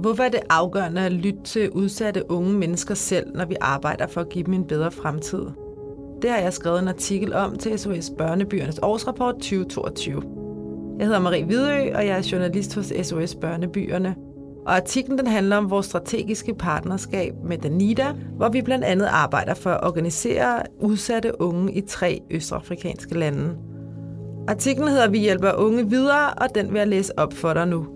Hvorfor er det afgørende at lytte til udsatte unge mennesker selv, når vi arbejder for at give dem en bedre fremtid? Det har jeg skrevet en artikel om til SOS Børnebyernes årsrapport 2022. Jeg hedder Marie Hvidø, og jeg er journalist hos SOS Børnebyerne. Og artiklen den handler om vores strategiske partnerskab med Danida, hvor vi blandt andet arbejder for at organisere udsatte unge i 3 østafrikanske lande. Artiklen hedder Vi hjælper unge videre, og den vil jeg læse op for dig nu.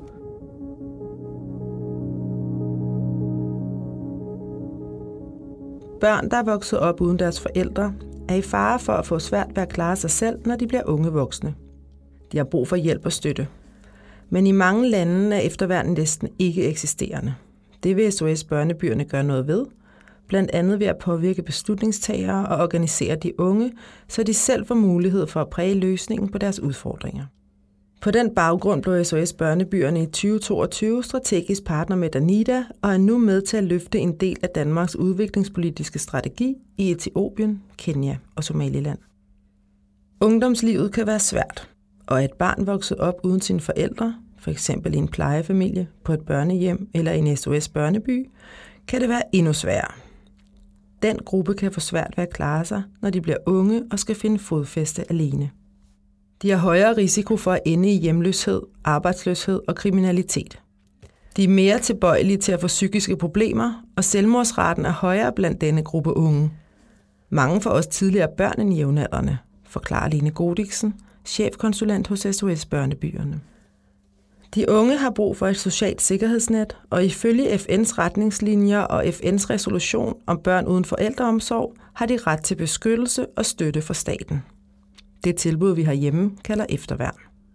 Børn, der er vokset op uden deres forældre, er i fare for at få svært ved at klare sig selv, når de bliver unge voksne. De har brug for hjælp og støtte. Men i mange lande er efterværn næsten ikke eksisterende. Det vil SOS Børnebyerne gøre noget ved, blandt andet ved at påvirke beslutningstagere og organisere de unge, så de selv får mulighed for at præge løsningen på deres udfordringer. På den baggrund blev SOS Børnebyerne i 2022 strategisk partner med Danida og er nu med til at løfte en del af Danmarks udviklingspolitiske strategi i Etiopien, Kenya og Somaliland. Ungdomslivet kan være svært, og et barn vokset op uden sine forældre, f.eks. i en plejefamilie, på et børnehjem eller i en SOS Børneby, kan det være endnu sværere. Den gruppe kan få svært ved at klare sig, når de bliver unge og skal finde fodfæste alene. De har højere risiko for at ende i hjemløshed, arbejdsløshed og kriminalitet. De er mere tilbøjelige til at få psykiske problemer, og selvmordsraten er højere blandt denne gruppe unge. Mange får også tidligere børn end jævnaldrende, forklarer Lene Godiksen, chefkonsulent hos SOS Børnebyerne. De unge har brug for et socialt sikkerhedsnet, og ifølge FN's retningslinjer og FN's resolution om børn uden forældreomsorg har de ret til beskyttelse og støtte fra staten. Det tilbud, vi har hjemme, kalder efterværn.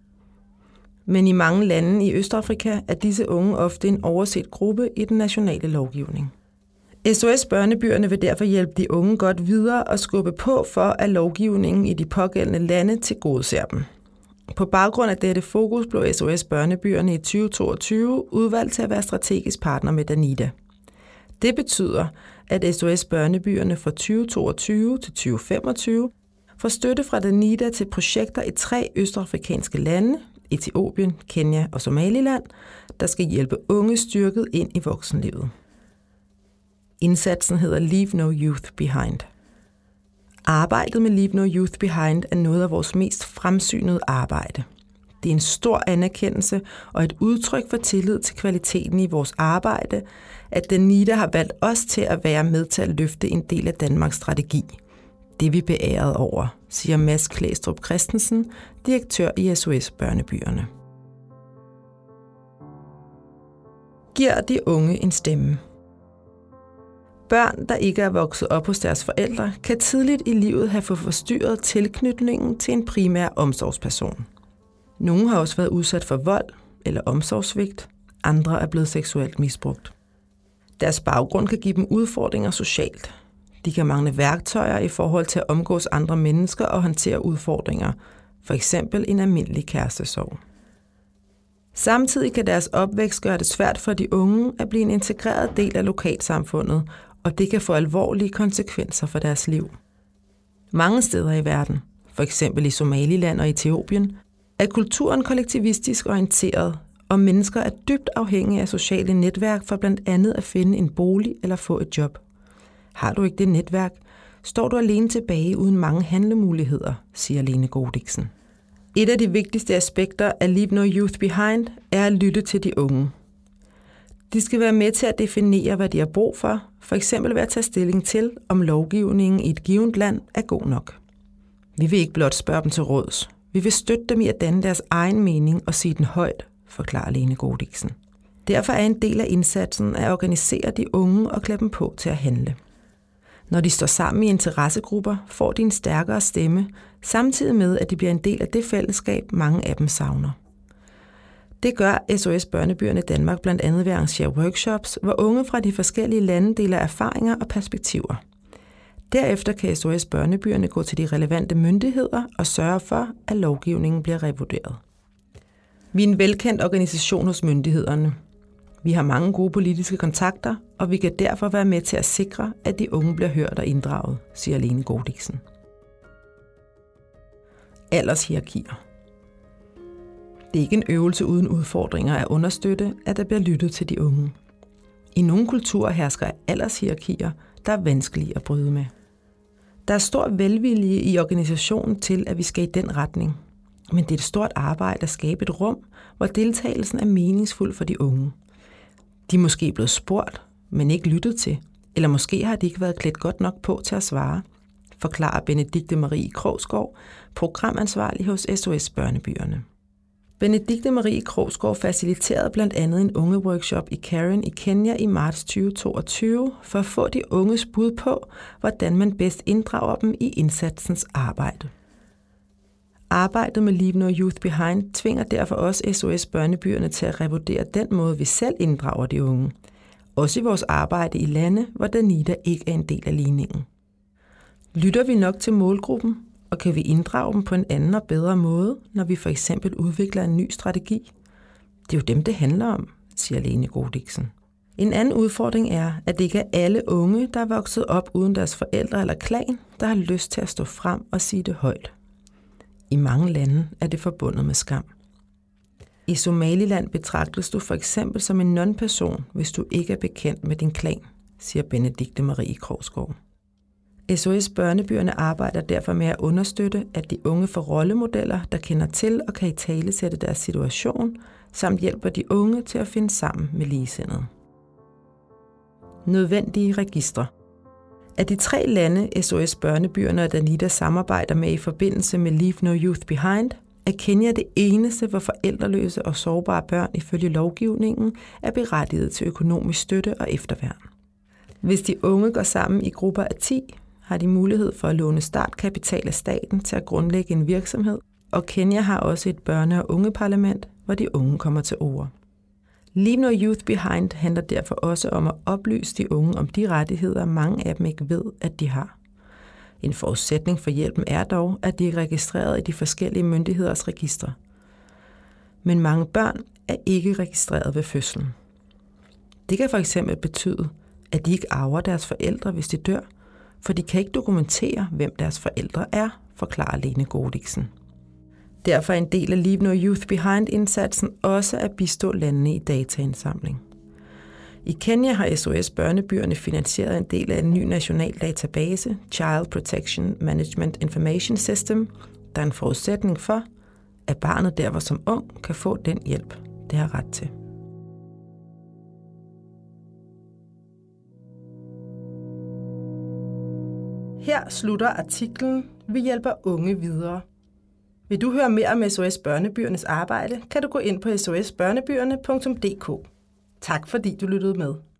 Men i mange lande i Østafrika er disse unge ofte en overset gruppe i den nationale lovgivning. SOS Børnebyerne vil derfor hjælpe de unge godt videre og skubbe på for, at lovgivningen i de pågældende lande tilgodeser dem. På baggrund af dette fokus blev SOS Børnebyerne i 2022 udvalgt til at være strategisk partner med Danida. Det betyder, at SOS Børnebyerne fra 2022 til 2025 får støtte fra Danida til projekter i 3 østafrikanske lande, Etiopien, Kenya og Somaliland, der skal hjælpe unge styrket ind i voksenlivet. Indsatsen hedder Leave No Youth Behind. Arbejdet med Leave No Youth Behind er noget af vores mest fremsynede arbejde. Det er en stor anerkendelse og et udtryk for tillid til kvaliteten i vores arbejde, at Danida har valgt os til at være med til at løfte en del af Danmarks strategi. Det er vi beæret over, siger Mads Klæstrup Christensen, direktør i SOS Børnebyerne. Giver de unge en stemme. Børn, der ikke er vokset op hos deres forældre, kan tidligt i livet have fået forstyrret tilknytningen til en primær omsorgsperson. Nogle har også været udsat for vold eller omsorgssvigt, andre er blevet seksuelt misbrugt. Deres baggrund kan give dem udfordringer socialt. De kan mangle værktøjer i forhold til at omgås andre mennesker og håndtere udfordringer, f.eks. en almindelig kærestesorg. Samtidig kan deres opvækst gøre det svært for de unge at blive en integreret del af lokalsamfundet, og det kan få alvorlige konsekvenser for deres liv. Mange steder i verden, f.eks. i Somaliland og Etiopien, er kulturen kollektivistisk orienteret, og mennesker er dybt afhængige af sociale netværk for blandt andet at finde en bolig eller få et job. Har du ikke det netværk, står du alene tilbage uden mange handlemuligheder, siger Lene Godiksen. Et af de vigtigste aspekter af Leave No Youth Behind er at lytte til de unge. De skal være med til at definere, hvad de har brug for, f.eks. ved at tage stilling til, om lovgivningen i et givet land er god nok. Vi vil ikke blot spørge dem til råds. Vi vil støtte dem i at danne deres egen mening og sige den højt, forklarer Lene Godiksen. Derfor er en del af indsatsen at organisere de unge og klæde dem på til at handle. Når de står sammen i interessegrupper, får de en stærkere stemme, samtidig med, at de bliver en del af det fællesskab, mange af dem savner. Det gør SOS Børnebyerne Danmark blandt andet ved at arrangere workshops, hvor unge fra de forskellige lande deler erfaringer og perspektiver. Derefter kan SOS Børnebyerne gå til de relevante myndigheder og sørge for, at lovgivningen bliver revurderet. Vi er en velkendt organisation hos myndighederne. Vi har mange gode politiske kontakter, og vi kan derfor være med til at sikre, at de unge bliver hørt og inddraget, siger Lene Godiksen. Aldershierarkier. Det er ikke en øvelse uden udfordringer at understøtte, at der bliver lyttet til de unge. I nogle kulturer hersker aldershierarkier, der er vanskelige at bryde med. Der er stor velvilje i organisationen til, at vi skal i den retning. Men det er et stort arbejde at skabe et rum, hvor deltagelsen er meningsfuld for de unge. De er måske blevet spurgt, men ikke lyttet til, eller måske har de ikke været klædt godt nok på til at svare, forklarer Benedikte Marie Krogsgaard, programansvarlig hos SOS Børnebyerne. Benedikte Marie Krogsgaard faciliterede blandt andet en ungeworkshop i Karen i Kenya i marts 2022 for at få de unges bud på, hvordan man bedst inddrager dem i indsatsens arbejde. Arbejdet med Leave No Youth Behind tvinger derfor også SOS Børnebyerne til at revurdere den måde, vi selv inddrager de unge. Også i vores arbejde i lande, hvor Danida ikke er en del af ligningen. Lytter vi nok til målgruppen, og kan vi inddrage dem på en anden og bedre måde, når vi for eksempel udvikler en ny strategi? Det er jo dem, det handler om, siger Lene Godiksen. En anden udfordring er, at det ikke er alle unge, der er vokset op uden deres forældre eller klan, der har lyst til at stå frem og sige det højt. I mange lande er det forbundet med skam. I Somaliland betragtes du for eksempel som en non-person, hvis du ikke er bekendt med din klan, siger Benedikte Marie Krogsgaard. SOS Børnebyerne arbejder derfor med at understøtte, at de unge får rollemodeller, der kender til og kan italesætte deres situation, samt hjælper de unge til at finde sammen med ligesindede. Nødvendige registre. Af de 3 lande, SOS Børnebyerne og Danida samarbejder med i forbindelse med Leave No Youth Behind, er Kenya det eneste, hvor forældreløse og sårbare børn ifølge lovgivningen er berettiget til økonomisk støtte og efterværn. Hvis de unge går sammen i grupper af 10, har de mulighed for at låne startkapital af staten til at grundlægge en virksomhed, og Kenya har også et børne- og ungeparlament, hvor de unge kommer til ord. Leave No Youth Behind handler derfor også om at oplyse de unge om de rettigheder, mange af dem ikke ved, at de har. En forudsætning for hjælpen er dog, at de er registreret i de forskellige myndigheders registre. Men mange børn er ikke registreret ved fødslen. Det kan for eksempel betyde, at de ikke arver deres forældre, hvis de dør, for de kan ikke dokumentere, hvem deres forældre er, forklarer Lene Godiksen. Derfor er en del af Leave No Youth Behind-indsatsen også at bistå landene i dataindsamling. I Kenya har SOS Børnebyerne finansieret en del af en ny national database, Child Protection Management Information System, der er en forudsætning for, at barnet der, hvor som ung, kan få den hjælp, det har ret til. Her slutter artiklen Vi hjælper unge videre. Vil du høre mere om SOS Børnebyernes arbejde, kan du gå ind på sosbørnebyerne.dk. Tak fordi du lyttede med.